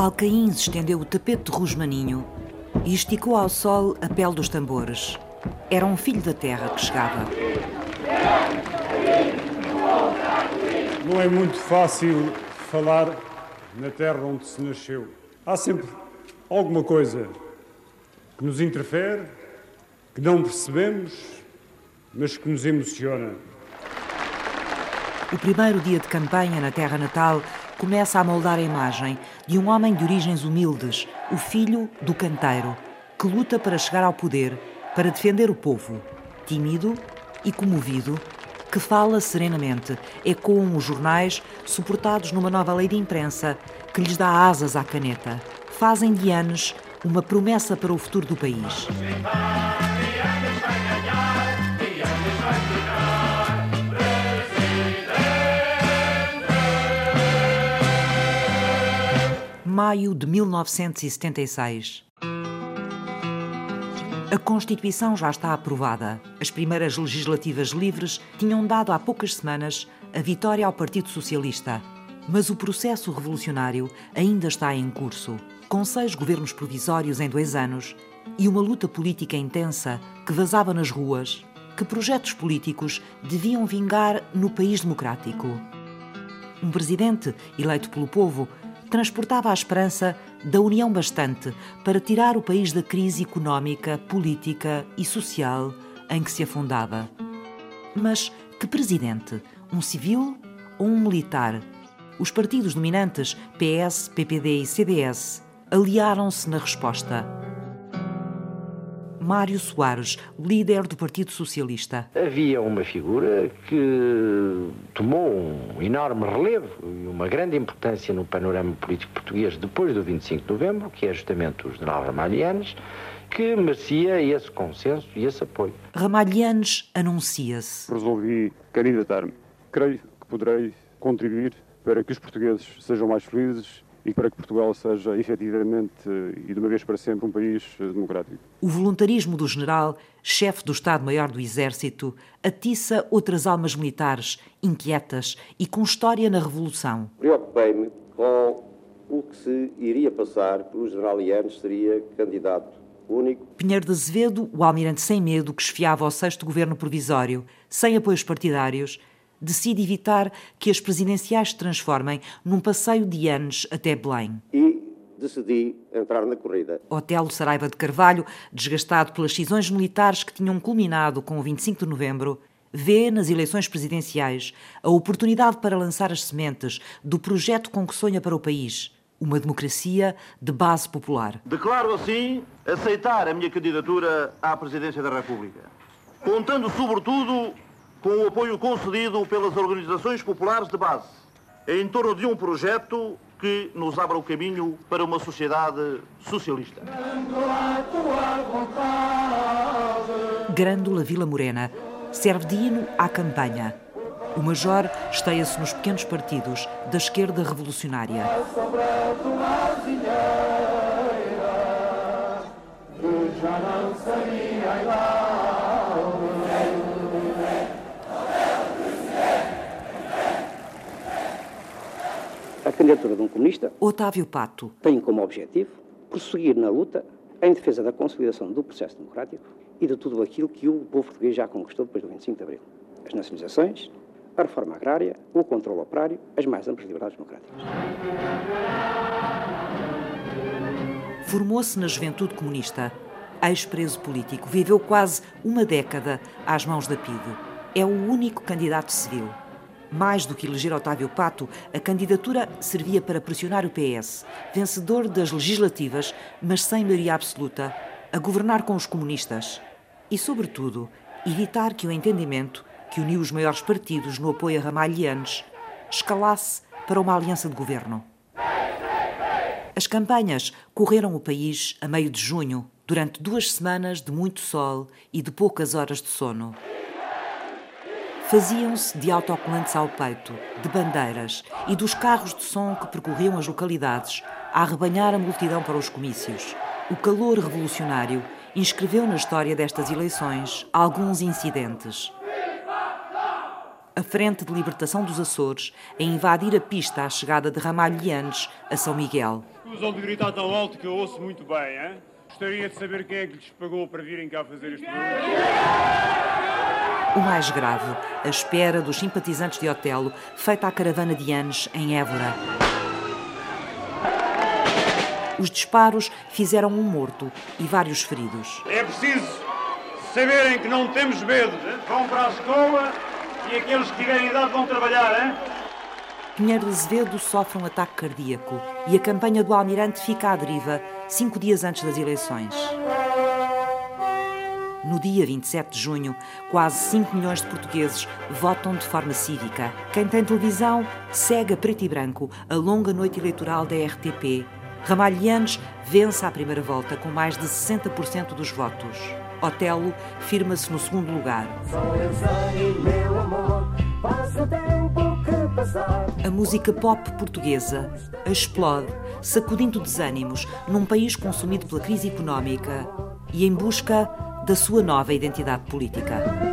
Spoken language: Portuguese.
Alcaíns estendeu o tapete de rosmaninho e esticou ao sol a pele dos tambores. Era um filho da terra que chegava. Não é muito fácil falar na terra onde se nasceu. Há sempre alguma coisa que nos interfere, que não percebemos, mas que nos emociona. O primeiro dia de campanha na terra natal começa a moldar a imagem de um homem de origens humildes, o filho do canteiro, que luta para chegar ao poder, para defender o povo. Tímido e comovido, que fala serenamente, ecoam os jornais suportados numa nova lei de imprensa que lhes dá asas à caneta. Fazem de anos uma promessa para o futuro do país. Maio de 1976. A Constituição já está aprovada. As primeiras legislativas livres tinham dado há poucas semanas a vitória ao Partido Socialista. Mas o processo revolucionário ainda está em curso, com 6 governos provisórios em 2 anos e uma luta política intensa que vazava nas ruas, que projetos políticos deviam vingar no país democrático. Um presidente eleito pelo povo transportava a esperança da união bastante para tirar o país da crise económica, política e social em que se afundava. Mas que presidente? Um civil ou um militar? Os partidos dominantes, PS, PPD e CDS, aliaram-se na resposta. Mário Soares, líder do Partido Socialista. Havia uma figura que tomou um enorme relevo e uma grande importância no panorama político português depois do 25 de novembro, que é justamente o general Ramalhianes, que merecia esse consenso e esse apoio. Ramalhianes anuncia-se. Resolvi candidatar-me. Creio que poderei contribuir para que os portugueses sejam mais felizes e para que Portugal seja, efetivamente, e de uma vez para sempre, um país democrático. O voluntarismo do general, chefe do Estado-Maior do Exército, atiça outras almas militares, inquietas e com história na Revolução. Preocupei-me com o que se iria passar pelo general Yanes, seria candidato único. Pinheiro de Azevedo, o almirante sem medo que esfiava ao 6º governo provisório, sem apoios partidários, decide evitar que as presidenciais se transformem num passeio de anos até Belém. E decidi entrar na corrida. Otelo Saraiva de Carvalho, desgastado pelas cisões militares que tinham culminado com o 25 de novembro, vê nas eleições presidenciais a oportunidade para lançar as sementes do projeto com que sonha para o país, uma democracia de base popular. Declaro assim aceitar a minha candidatura à presidência da República, contando sobretudo com o apoio concedido pelas organizações populares de base, em torno de um projeto que nos abra o caminho para uma sociedade socialista. Grândola Vila Morena serve de hino à campanha. O major esteia-se nos pequenos partidos da esquerda revolucionária. A candidatura de um comunista Otávio Pato tem como objetivo prosseguir na luta em defesa da consolidação do processo democrático e de tudo aquilo que o povo português já conquistou depois do 25 de abril. As nacionalizações, a reforma agrária, o controle operário, as mais amplas liberdades democráticas. Formou-se na juventude comunista. Ex-preso político, viveu quase uma década às mãos da PIDE. É o único candidato civil. Mais do que eleger Otávio Pato, a candidatura servia para pressionar o PS, vencedor das legislativas, mas sem maioria absoluta, a governar com os comunistas. E, sobretudo, evitar que o entendimento que uniu os maiores partidos no apoio a Ramalhianes escalasse para uma aliança de governo. As campanhas correram o país a meio de junho, durante 2 semanas de muito sol e de poucas horas de sono. Faziam-se de autocolantes ao peito, de bandeiras e dos carros de som que percorriam as localidades a arrebanhar a multidão para os comícios. O calor revolucionário inscreveu na história destas eleições alguns incidentes. a Frente de Libertação dos Açores a invadir a pista à chegada de Ramalhianes a São Miguel. Usam de gritar tão alto que eu ouço muito bem, hein? Gostaria de saber quem é que lhes pagou para virem cá fazer este programa. O mais grave, a espera dos simpatizantes de Otelo, feita à caravana de Anes, em Évora. Os disparos fizeram um morto e vários feridos. É preciso saberem que não temos medo. Vão para a escola e aqueles que tiverem idade vão trabalhar, hein? Pinheiro de Azevedo sofre um ataque cardíaco e a campanha do Almirante fica à deriva 5 dias antes das eleições. No dia 27 de junho, quase 5 milhões de portugueses votam de forma cívica. Quem tem televisão segue a preto e branco a longa noite eleitoral da RTP. Ramalhianes vence à primeira volta com mais de 60% dos votos. Otelo firma-se no segundo lugar. A música pop portuguesa explode, sacudindo desânimos num país consumido pela crise económica e em busca da sua nova identidade política.